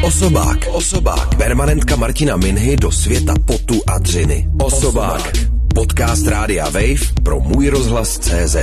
Osobák. Permanentka Martina Minhy do světa potu a dřiny. Osobák. Podcast Rádia Wave pro Můj rozhlas.cz.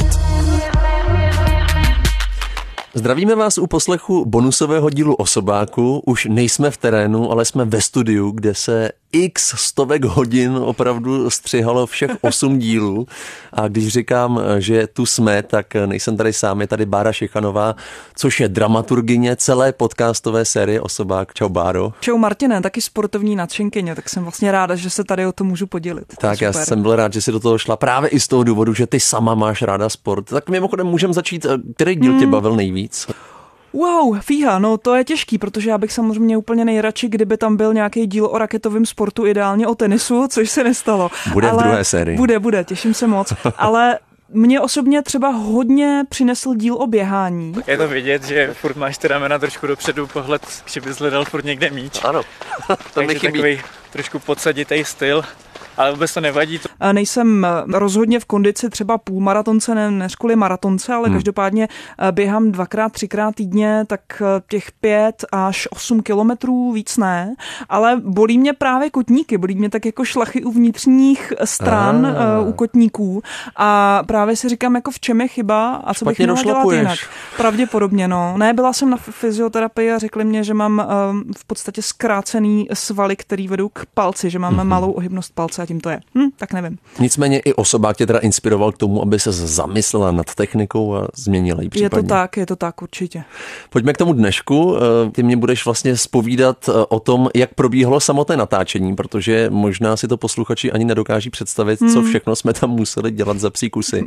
Zdravíme vás u poslechu bonusového dílu Osobáku. Už nejsme v terénu, ale jsme ve studiu, kde se x stovek hodin opravdu střihalo všech 8 dílů. A když říkám, že tu jsme, tak nejsem tady sám, je tady Bára Šichanová, což je dramaturgyně celé podcastové série Osobák. Čau Báro. Čau Martine, taky sportovní nadšenkyně, tak jsem vlastně ráda, že se tady o tom můžu podělit. Tak já jsem byl rád, že si do toho šla právě i z toho důvodu, že ty sama máš ráda sport. Tak mimochodem můžeme začít, který díl tě bavil nejvíc? Wow, fíha, no to je těžký, protože já bych samozřejmě úplně nejradši, kdyby tam byl nějaký díl o raketovém sportu, ideálně o tenisu, což se nestalo. Bude v druhé sérii. Bude, těším se moc, ale mě osobně třeba hodně přinesl díl o běhání. Je to vidět, že furt máš ty ramena trošku dopředu, pohled, že bys hledal furt někde míč. Ano, to mi chybí. Takový trošku podsaditej styl. Ale vůbec to nevadí. Nejsem rozhodně v kondici třeba půlmaratonce, než kvůli maratonce, ale každopádně běhám 2x, 3x týdně, tak těch 5 až 8 kilometrů, víc ne. Ale bolí mě právě kotníky, bolí mě tak jako šlachy u vnitřních stran u kotníků. A právě si říkám, jako v čem je chyba a co bych měla dělat jinak. Pravděpodobně, no. Ne, byla jsem na fyzioterapii a řekli mě, že mám v podstatě zkrácený svaly, který vedou k palci, že mám malou ohybnost palce. A tím to je. Tak nevím. Nicméně i Osobák tě teda inspiroval k tomu, aby se zamyslela nad technikou a změnila ji případně. Je to tak, určitě. Pojďme k tomu dnešku. Ty mě budeš vlastně zpovídat o tom, jak probíhalo samotné natáčení, protože možná si to posluchači ani nedokáží představit, co všechno jsme tam museli dělat za psí kusy.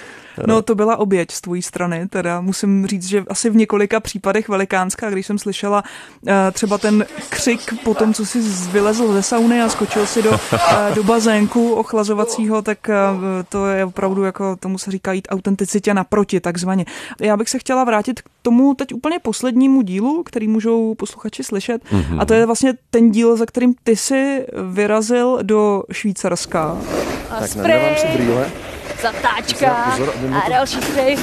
No to byla oběť z tvojí strany, teda musím říct, že asi v několika případech velikánská, když jsem slyšela třeba ten křik po tom, co jsi vylezl ze sauny a skočil si do bazénku ochlazovacího, tak to je opravdu, jako tomu se říká, jít autenticitě naproti, takzvaně. Já bych se chtěla vrátit k tomu teď úplně poslednímu dílu, který můžou posluchači slyšet, a to je vlastně ten díl, za kterým ty jsi vyrazil do Švýcarska. Tak nadávám si brýle. Zatáčka a další spray.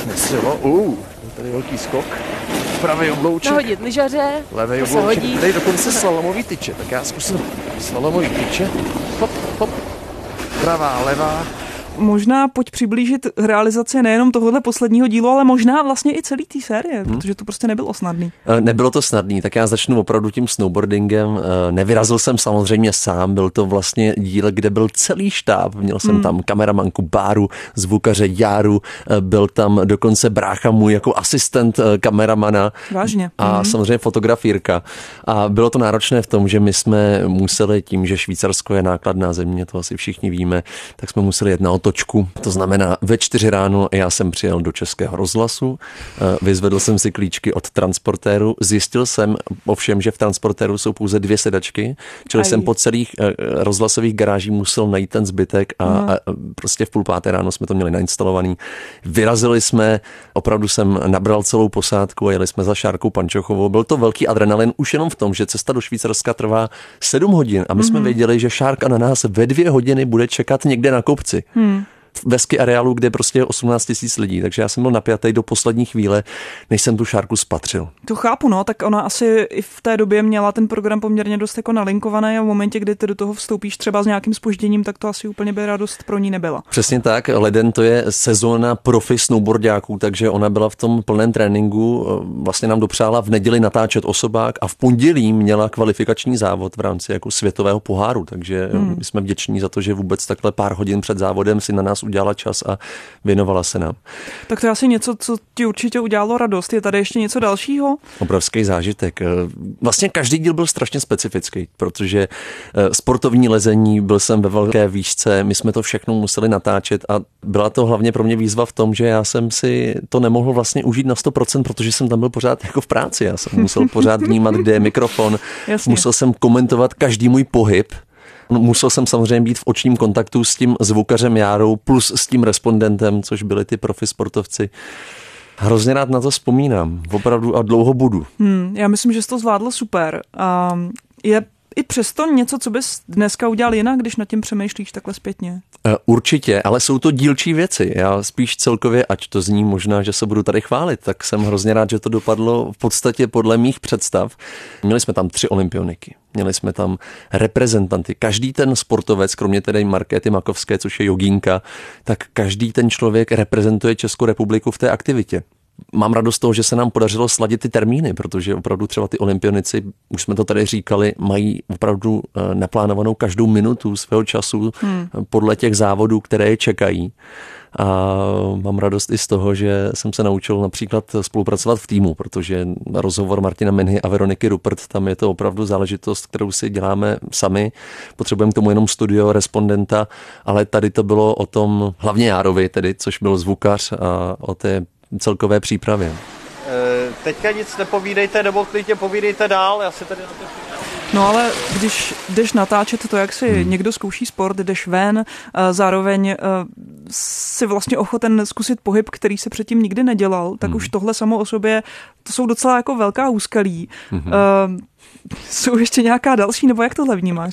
Tady velký skok. Pravý oblouček. Nahodit lyžaře. Levý oblouček. Tady dokonce slalomový tyče. Tak já zkusím slalomový tyče. Hop, hop. Pravá, levá. Možná pojď přiblížit realizaci nejenom tohohle posledního dílu, ale možná vlastně i celý té série, protože to prostě nebylo snadný. Nebylo to snadný, tak já začnu opravdu tím snowboardingem. Nevyrazil jsem samozřejmě sám, byl to vlastně díl, kde byl celý štáb. Měl jsem tam kameramanku Báru, zvukaře Járu, byl tam dokonce brácha můj jako asistent kameramana. Vážně. A samozřejmě fotograf Jirka. A bylo to náročné v tom, že my jsme museli tím, že Švýcarsko je nákladná země, to asi všichni víme, tak jsme museli jet na otočku. To znamená, ve 4 ráno já jsem přijel do Českého rozhlasu, vyzvedl jsem si klíčky od transportéru, zjistil jsem ovšem, že v transportéru jsou pouze 2 sedačky, čili jsem po celých rozhlasových garážích musel najít ten zbytek a prostě v 4:30 ráno jsme to měli nainstalovaný. Vyrazili jsme, opravdu jsem nabral celou posádku a jeli jsme za Šárkou Pančochovou. Byl to velký adrenalin už jenom v tom, že cesta do Švýcarska trvá 7 hodin a my jsme věděli, že Šárka na nás ve 2 hodiny bude čekat někde na kopci. Ve ski areálu, kde prostě je 18 000 lidí, takže já jsem byl napjatý do poslední chvíle, než jsem tu Šárku spatřil. To chápu, no, tak ona asi i v té době měla ten program poměrně dost jako nalinkovaný a v momentě, kdy ty do toho vstoupíš třeba s nějakým zpožděním, tak to asi úplně by radost pro ní nebyla. Přesně tak, leden to je sezóna profi snowboardáků, takže ona byla v tom plném tréninku, vlastně nám dopřála v neděli natáčet Osobák a v pondělí měla kvalifikační závod v rámci jako světového poháru, takže my jsme vděční za to, že vůbec takhle pár hodin před závodem si na nás udělala čas a věnovala se nám. Tak to je asi něco, co ti určitě udělalo radost. Je tady ještě něco dalšího? Obrovský zážitek. Vlastně každý díl byl strašně specifický, protože sportovní lezení, byl jsem ve velké výšce, my jsme to všechno museli natáčet a byla to hlavně pro mě výzva v tom, že já jsem si to nemohl vlastně užít na 100%, protože jsem tam byl pořád jako v práci. Já jsem musel pořád vnímat, kde je mikrofon, musel jsem komentovat každý můj pohyb. Musel jsem samozřejmě být v očním kontaktu s tím zvukařem Járou plus s tím respondentem, což byli ty profi sportovci. Hrozně rád na to vzpomínám, opravdu a dlouho budu. Já myslím, že jsi to zvládl super. Je i přesto něco, co bys dneska udělal jinak, když nad tím přemýšlíš takhle zpětně? Určitě, ale jsou to dílčí věci. Já spíš celkově, ať to zní možná, že se budu tady chválit, tak jsem hrozně rád, že to dopadlo v podstatě podle mých představ. Měli jsme tam 3 olympioniky, měli jsme tam reprezentanty. Každý ten sportovec, kromě tedy Markéty Makovské, což je jogínka, tak každý ten člověk reprezentuje Českou republiku v té aktivitě. Mám radost z toho, že se nám podařilo sladit ty termíny, protože opravdu třeba ty olympionici, už jsme to tady říkali, mají opravdu naplánovanou každou minutu svého času podle těch závodů, které je čekají. A mám radost i z toho, že jsem se naučil například spolupracovat v týmu, protože rozhovor Martina Menhy a Veroniky Rupert, tam je to opravdu záležitost, kterou si děláme sami. Potřebujeme k tomu jenom studio, respondenta, ale tady to bylo o tom hlavně Járovi, tedy, což byl zvukař, a o té celkové přípravě. Teďka nic nepovídejte, nebo klidně povídejte dál, já si tady na to... No ale když jdeš natáčet to, jak si někdo zkouší sport, jdeš ven, zároveň si vlastně ochoten zkusit pohyb, který se předtím nikdy nedělal, tak už tohle samo o sobě, to jsou docela jako velká úskalí. Jsou ještě nějaká další, nebo jak tohle vnímáš?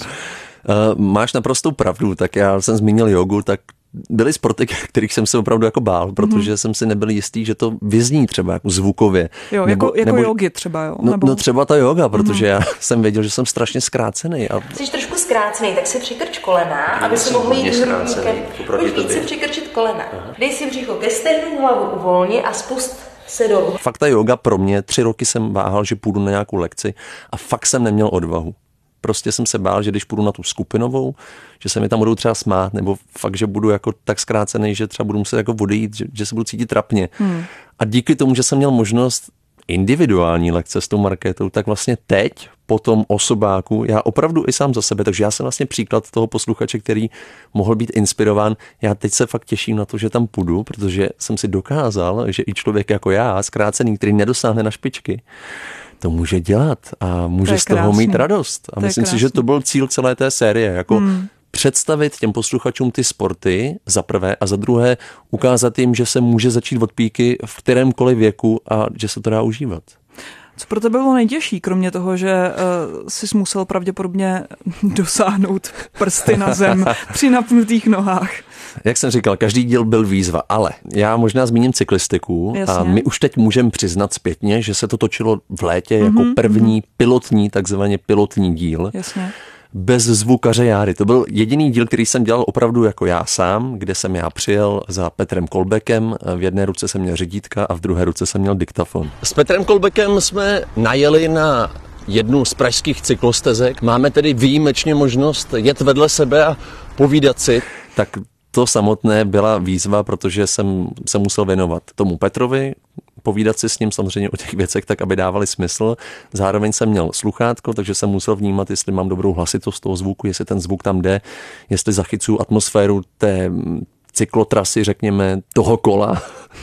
Máš naprostou pravdu, tak já jsem zmínil jogu, tak byly sporty, kterých jsem se opravdu jako bál, protože jsem si nebyl jistý, že to vyzní třeba jako zvukově. Jo, nebo jogy třeba, jo? No třeba ta joga, protože já jsem věděl, že jsem strašně zkrácený. Jsi trošku zkrácený, tak si přikrč kolena, aby si mohl jít hrudníkem. Pojď si přikrčit kolena. Dej si břicho ke stehnu, hlavu uvolni a spust se dolů. Fakt ta joga pro mě, 3 roky jsem váhal, že půjdu na nějakou lekci a fakt jsem neměl odvahu. Prostě jsem se bál, že když půjdu na tu skupinovou, že se mi tam budou třeba smát, nebo fakt, že budu jako tak zkrácený, že třeba budu muset jako odejít, že se budu cítit trapně. A díky tomu, že jsem měl možnost individuální lekce s tou Markétou, tak vlastně teď po tom osobáku, já opravdu i sám za sebe, takže já jsem vlastně příklad toho posluchače, který mohl být inspirován. Já teď se fakt těším na to, že tam půjdu, protože jsem si dokázal, že i člověk jako já, zkrácený, který nedosáhne na špičky, to může dělat a může z toho mít radost. A myslím si, že to byl cíl celé té série, jako představit těm posluchačům ty sporty za prvé a za druhé ukázat jim, že se může začít od píky v kterémkoliv věku a že se to dá užívat. Co pro tebe bylo nejtěžší, kromě toho, že jsi musel pravděpodobně dosáhnout prsty na zem při napnutých nohách? Jak jsem říkal, každý díl byl výzva, ale já možná zmíním cyklistiku. Jasně. A my už teď můžeme přiznat zpětně, že se to točilo v létě jako první takzvaně pilotní díl. Jasně. Bez zvukaře Járy. To byl jediný díl, který jsem dělal opravdu jako já sám, kde jsem já přijel za Petrem Kolbekem. V jedné ruce jsem měl řídítka a v druhé ruce jsem měl diktafon. S Petrem Kolbekem jsme najeli na jednu z pražských cyklostezek. Máme tedy výjimečně možnost jet vedle sebe a povídat si. Tak to samotné byla výzva, protože jsem se musel věnovat tomu Petrovi, povídat si s ním samozřejmě o těch věcech tak, aby dávali smysl. Zároveň jsem měl sluchátko, takže jsem musel vnímat, jestli mám dobrou hlasitost toho zvuku, jestli ten zvuk tam jde, jestli zachycuju atmosféru té cyklotrasy, řekněme, toho kola.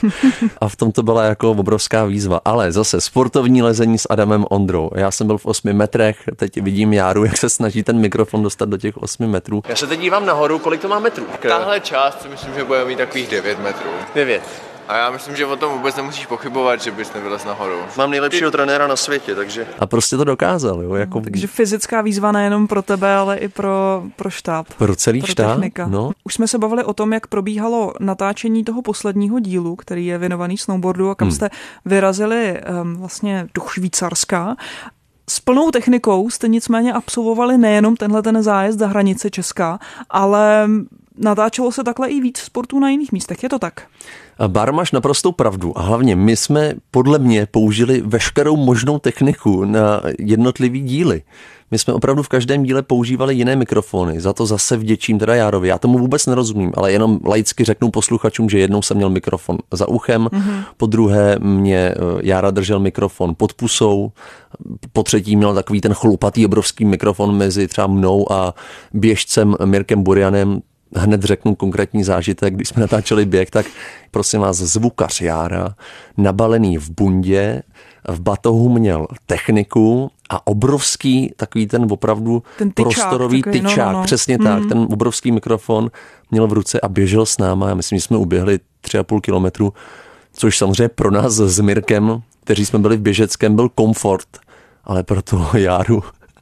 A v tom to byla jako obrovská výzva. Ale zase sportovní lezení s Adamem Ondrou. Já jsem byl v 8 metrech, teď vidím Járu, jak se snaží ten mikrofon dostat do těch 8 metrů. Já se teď dívám nahoru, kolik to má metrů? Tahle část si myslím, že bude mít takových 9 metrů. 9. A já myslím, že o tom vůbec nemusíš pochybovat, že bys nevylez nahoru. Mám nejlepšího trenéra na světě, takže... A prostě to dokázal, jo? Jako... Takže fyzická výzva nejenom pro tebe, ale i pro štáb. Pro celý štáb, no. Už jsme se bavili o tom, jak probíhalo natáčení toho posledního dílu, který je věnovaný snowboardu a kam jste vyrazili vlastně do Švýcarska. S plnou technikou jste nicméně absolvovali nejenom ten zájezd za hranice Česka, ale natáčelo se takhle i víc sportů na jiných místech, je to tak? Báro, máš naprostou pravdu a hlavně my jsme podle mě použili veškerou možnou techniku na jednotlivý díly. My jsme opravdu v každém díle používali jiné mikrofony, za to zase vděčím teda Járovi. Já tomu vůbec nerozumím, ale jenom laicky řeknu posluchačům, že jednou jsem měl mikrofon za uchem, po druhé mě Jára držel mikrofon pod pusou, po třetí měl takový ten chlupatý obrovský mikrofon mezi třeba mnou a běžcem Mirkem Burianem. Hned řeknu konkrétní zážitek, když jsme natáčeli běh, tak prosím vás, zvukař Jára, nabalený v bundě, v batohu měl techniku a obrovský takový ten opravdu prostorový tyčák, no. Přesně tak, ten obrovský mikrofon měl v ruce a běžel s náma. Já myslím, že jsme uběhli 3,5 kilometru, což samozřejmě pro nás s Mirkem, kteří jsme byli v běžeckém, byl komfort, ale pro toho Járu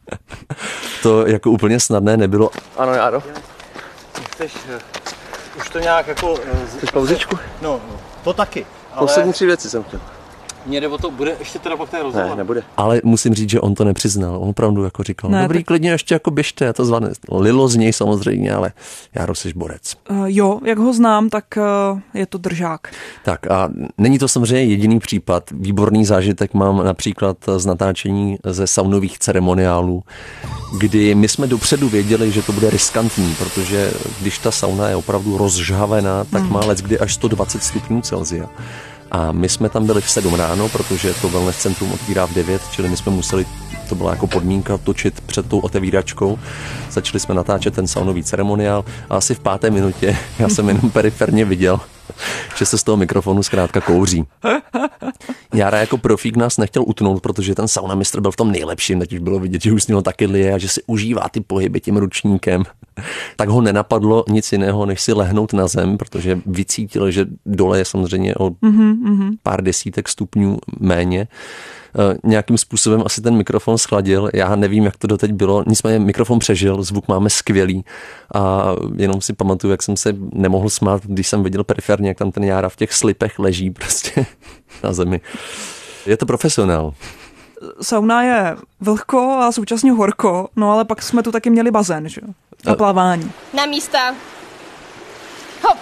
To jako úplně snadné nebylo. Ano, Járo. Chceš už to nějak jako... Chceš pauzičku? No, to taky. Ale... Poslední 3 věci jsem chtěl. Mně nebo to bude ještě teda pak ten rozhovor. Ne, nebude. Ale musím říct, že on to nepřiznal. On opravdu jako říkal, ne, dobrý, tak... klidně ještě jako běžte, já to zvládne. Lilo z něj samozřejmě, ale Járo, jsi borec. Jo, jak ho znám, tak je to držák. Tak a není to samozřejmě jediný případ. Výborný zážitek mám například z natáčení ze saunových ceremoniálů, kdy my jsme dopředu věděli, že to bude riskantní, protože když ta sauna je opravdu rozžhavená, tak má leckdy až 120 stupňů Celsia. A my jsme tam byli v 7 ráno, protože to wellness centrum otvírá v 9, čili my jsme museli, to byla jako podmínka, točit před tou otevíračkou. Začali jsme natáčet ten saunový ceremoniál a asi v 5. minutě já jsem jenom periferně viděl, že se z toho mikrofonu zkrátka kouří. Jára jako profík nás nechtěl utnout, protože ten saunamistr byl v tom nejlepším, teď už bylo vidět, že už z něho taky lije a že si užívá ty pohyby tím ručníkem. Tak ho nenapadlo nic jiného, než si lehnout na zem, protože vycítil, že dole je samozřejmě o pár desítek stupňů méně. Nějakým způsobem asi ten mikrofon schladil, já nevím, jak to doteď bylo, nicméně mikrofon přežil, zvuk máme skvělý a jenom si pamatuju, jak jsem se nemohl smát, když jsem viděl periferně, jak tam ten Jára v těch slipech leží prostě na zemi. Je to profesionál. Sauna je vlhko a současně horko, no ale pak jsme tu taky měli bazén, že? A plavání. Na místa. Hop.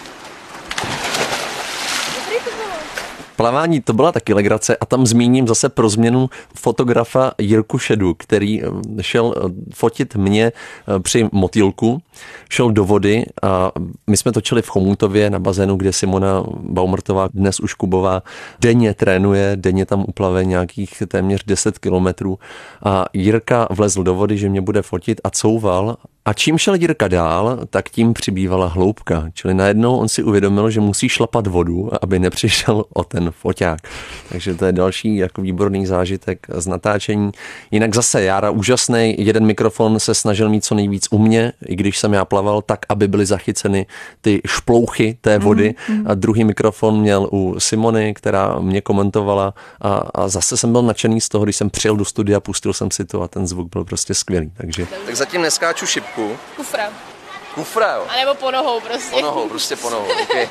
Plavání to byla taky legrace a tam zmíním zase pro změnu fotografa Jirku Šedu, který šel fotit mě při motýlku, šel do vody a my jsme točili v Chomutově na bazénu, kde Simona Baumrtová, dnes už Kubová, denně trénuje, denně tam uplave nějakých téměř 10 kilometrů a Jirka vlezl do vody, že mě bude fotit a couval. A čím šel Jirka dál, tak tím přibývala hloubka. Čili najednou on si uvědomil, že musí šlapat vodu, aby nepřišel o ten foťák. Takže to je další jako výborný zážitek z natáčení. Jinak zase Jára úžasný, jeden mikrofon se snažil mít co nejvíc u mě, i když jsem já plaval, tak, aby byly zachyceny ty šplouchy té vody. A druhý mikrofon měl u Simony, která mě komentovala a zase jsem byl nadšený z toho, když jsem přijel do studia, pustil jsem si to a ten zvuk byl prostě skvělý. Takže... Tak zatím neskáču šipku. Kufra. Kufra, jo? A nebo po nohou prostě. Po nohou, okay.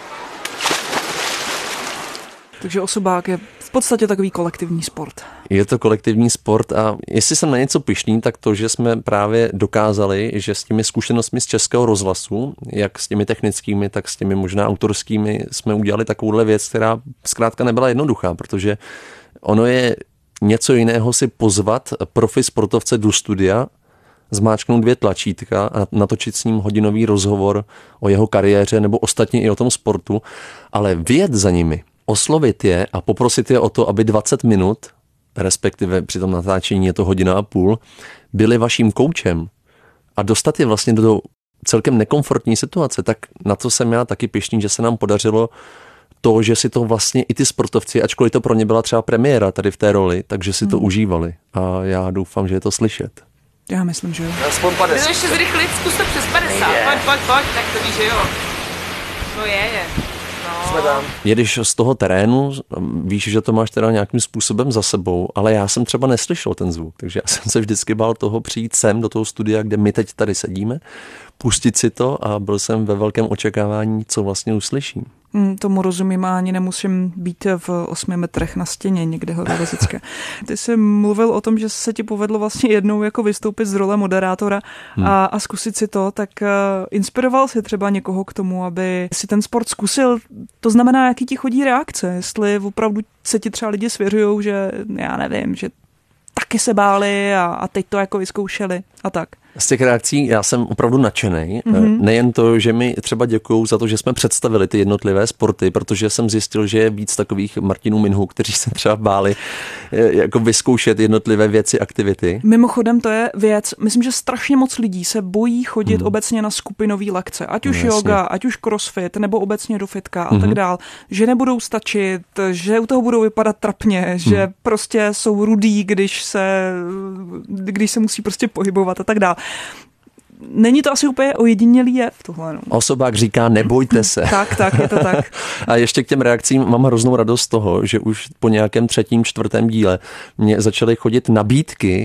Takže osobák je v podstatě takový kolektivní sport. Je to kolektivní sport a jestli jsem na něco pyšný, tak to, že jsme právě dokázali, že s těmi zkušenostmi z Českého rozhlasu, jak s těmi technickými, tak s těmi možná autorskými, jsme udělali takovouhle věc, která zkrátka nebyla jednoduchá, protože ono je něco jiného si pozvat profi sportovce do studia, zmáčknout 2 tlačítka a natočit s ním hodinový rozhovor o jeho kariéře nebo ostatně i o tom sportu, ale vyjet za nimi, oslovit je a poprosit je o to, aby 20 minut, respektive při tom natáčení je to 1,5 hodiny, byli vaším koučem a dostat je vlastně do celkem nekomfortní situace, tak na to jsem já taky pyšný, že se nám podařilo to, že si to vlastně i ty sportovci, ačkoliv to pro ně byla třeba premiéra tady v té roli, takže si to užívali a já doufám, že je to slyšet. Já myslím, že jo. Aspoň 50. Ty ještě zrychlit, zkus to přes 50. Pojď, tak to víš, že jo. No je. No. Jsme tam. Jedeš z toho terénu, víš, že to máš teda nějakým způsobem za sebou, ale já jsem třeba neslyšel ten zvuk, takže já jsem se vždycky bál toho přijít sem do toho studia, kde my teď tady sedíme, pustit si to a byl jsem ve velkém očekávání, co vlastně uslyším. Tomu rozumím a ani nemusím být v 8 metrech na stěně někde horolezické. Ty jsi mluvil o tom, že se ti povedlo vlastně jednou jako vystoupit z role moderátora a zkusit si to, tak inspiroval jsi třeba někoho k tomu, aby si ten sport zkusil? To znamená, jaký ti chodí reakce? Jestli opravdu se ti třeba lidi svěřujou, že já nevím, že taky se báli a teď to jako vyzkoušeli a tak. Z těch reakcí já jsem opravdu nadšenej. Nejen to, že mi třeba děkují za to, že jsme představili ty jednotlivé sporty, protože jsem zjistil, že je víc takových Martinů Minhů, kteří se třeba báli jako vyzkoušet jednotlivé věci, aktivity. Mimochodem to je věc, myslím, že strašně moc lidí se bojí chodit obecně na skupinový lekce, ať už yoga, ať už crossfit, nebo obecně do fitka a tak dál, že nebudou stačit, že u toho budou vypadat trapně, že prostě jsou rudý, když se musí prostě pohybovat a tak dál. Není to asi úplně ojedinělý jev tohle. No. Osobák říká, nebojte se. Tak, je to tak. A ještě k těm reakcím mám hroznou radost z toho, že už po nějakém 3., 4. díle mě začaly chodit nabídky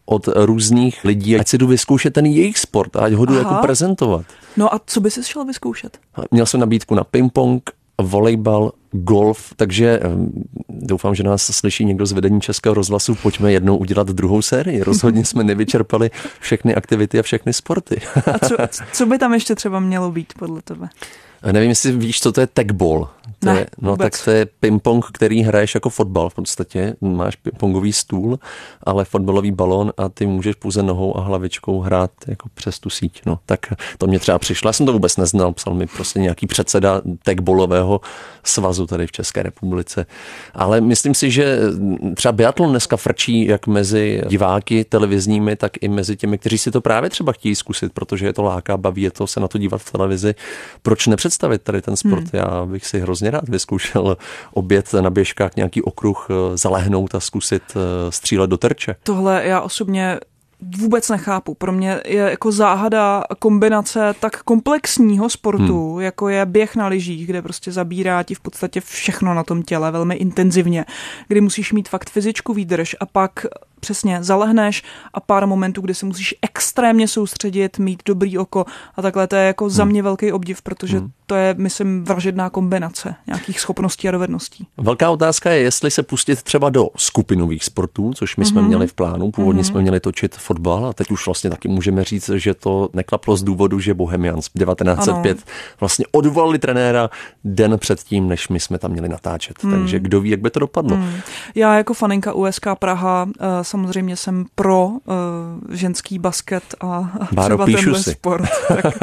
od různých lidí, ať si jdu vyzkoušet ten jejich sport, ať ho jdu jako prezentovat. No a co by si šel vyzkoušet? Měl jsem nabídku na ping-pong, volejbal, golf, takže doufám, že nás slyší někdo z vedení Českého rozhlasu. Pojďme jednou udělat druhou sérii. Rozhodně jsme nevyčerpali všechny aktivity a všechny sporty. A co by tam ještě třeba mělo být podle tebe? Nevím, jestli víš, co to je tagball. Tak to je ping-pong, který hraješ jako fotbal v podstatě. Máš ping-pongový stůl, ale fotbalový balón a ty můžeš pouze nohou a hlavičkou hrát jako přes tu síť. No, tak to mě třeba přišlo. Já jsem to vůbec neznal, psal mi prostě nějaký předseda tagballového svazu tady v České republice. Ale myslím si, že třeba biatlon dneska frčí jak mezi diváky televizními, tak i mezi těmi, kteří si to právě třeba chtějí zkusit, protože je to láká, baví je to se na to dívat v televizi. Proč nepředstavit tady ten sport? Já bych si hrozně rád vyzkoušel obět na běžkách, nějaký okruh, zalehnout a zkusit střílet do terče. Tohle já osobně vůbec nechápu. Pro mě je jako záhada kombinace tak komplexního sportu, jako je běh na lyžích, kde prostě zabírá ti v podstatě všechno na tom těle velmi intenzivně, kdy musíš mít fakt fyzičku výdrž a pak přesně zalehneš a pár momentů, kdy se musíš extrémně soustředit, mít dobrý oko a takhle. To je jako za mě velký obdiv, protože to je, myslím, vražedná kombinace nějakých schopností a dovedností. Velká otázka je, jestli se pustit třeba do skupinových sportů, což my jsme měli v plánu. Původně jsme měli točit fotbal a teď už vlastně taky můžeme říct, že to neklaplo z důvodu, že Bohemians 1905 vlastně odvolali trenéra den předtím, než my jsme tam měli natáčet. Takže kdo ví, jak by to dopadlo. Já jako faninka USK Praha samozřejmě jsem pro ženský basket a Báro, třeba tenhle sport. Tak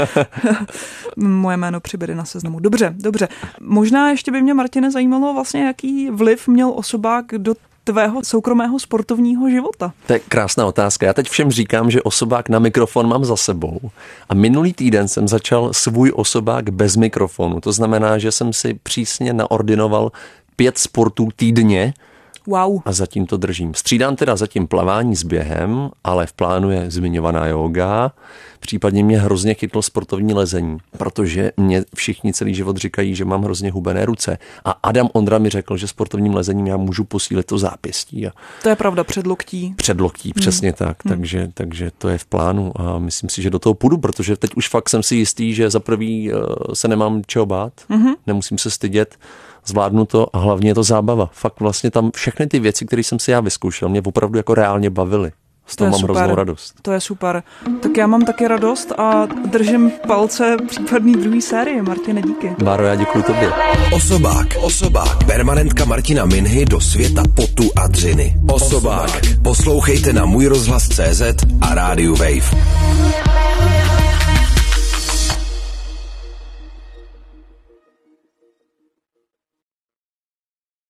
moje jméno přibude na seznamu. Dobře. Možná ještě by mě, Martine, zajímalo vlastně, jaký vliv měl osobák do tvého soukromého sportovního života? To je krásná otázka. Já teď všem říkám, že osobák na mikrofon mám za sebou a minulý týden jsem začal svůj osobák bez mikrofonu. To znamená, že jsem si přísně naordinoval 5 sportů týdně. Wow. A zatím to držím. Střídám teda zatím plavání s během, ale v plánu je zmiňovaná jóga. Případně mě hrozně chytlo sportovní lezení, protože mě všichni celý život říkají, že mám hrozně hubené ruce. A Adam Ondra mi řekl, že sportovním lezením já můžu posílit to zápěstí. To je pravda, předloktí. Předloktí, přesně tak. Takže to je v plánu a myslím si, že do toho půjdu, protože teď už fakt jsem si jistý, že za prvý se nemám čeho bát, nemusím se stydět, zvládnu to a hlavně je to zábava. Fakt vlastně tam všechny ty věci, které jsem si já vyzkoušel, mě opravdu jako reálně bavily. Z toho mám hroznou radost. To je super. Tak já mám taky radost a držím palce případný druhý série. Martine, díky. Báro, já děkuju tobě. Osobák. Permanentka Martina Minhy do světa potu a dřiny. Osobák. Poslouchejte na můj rozhlas.cz a rádiu Wave.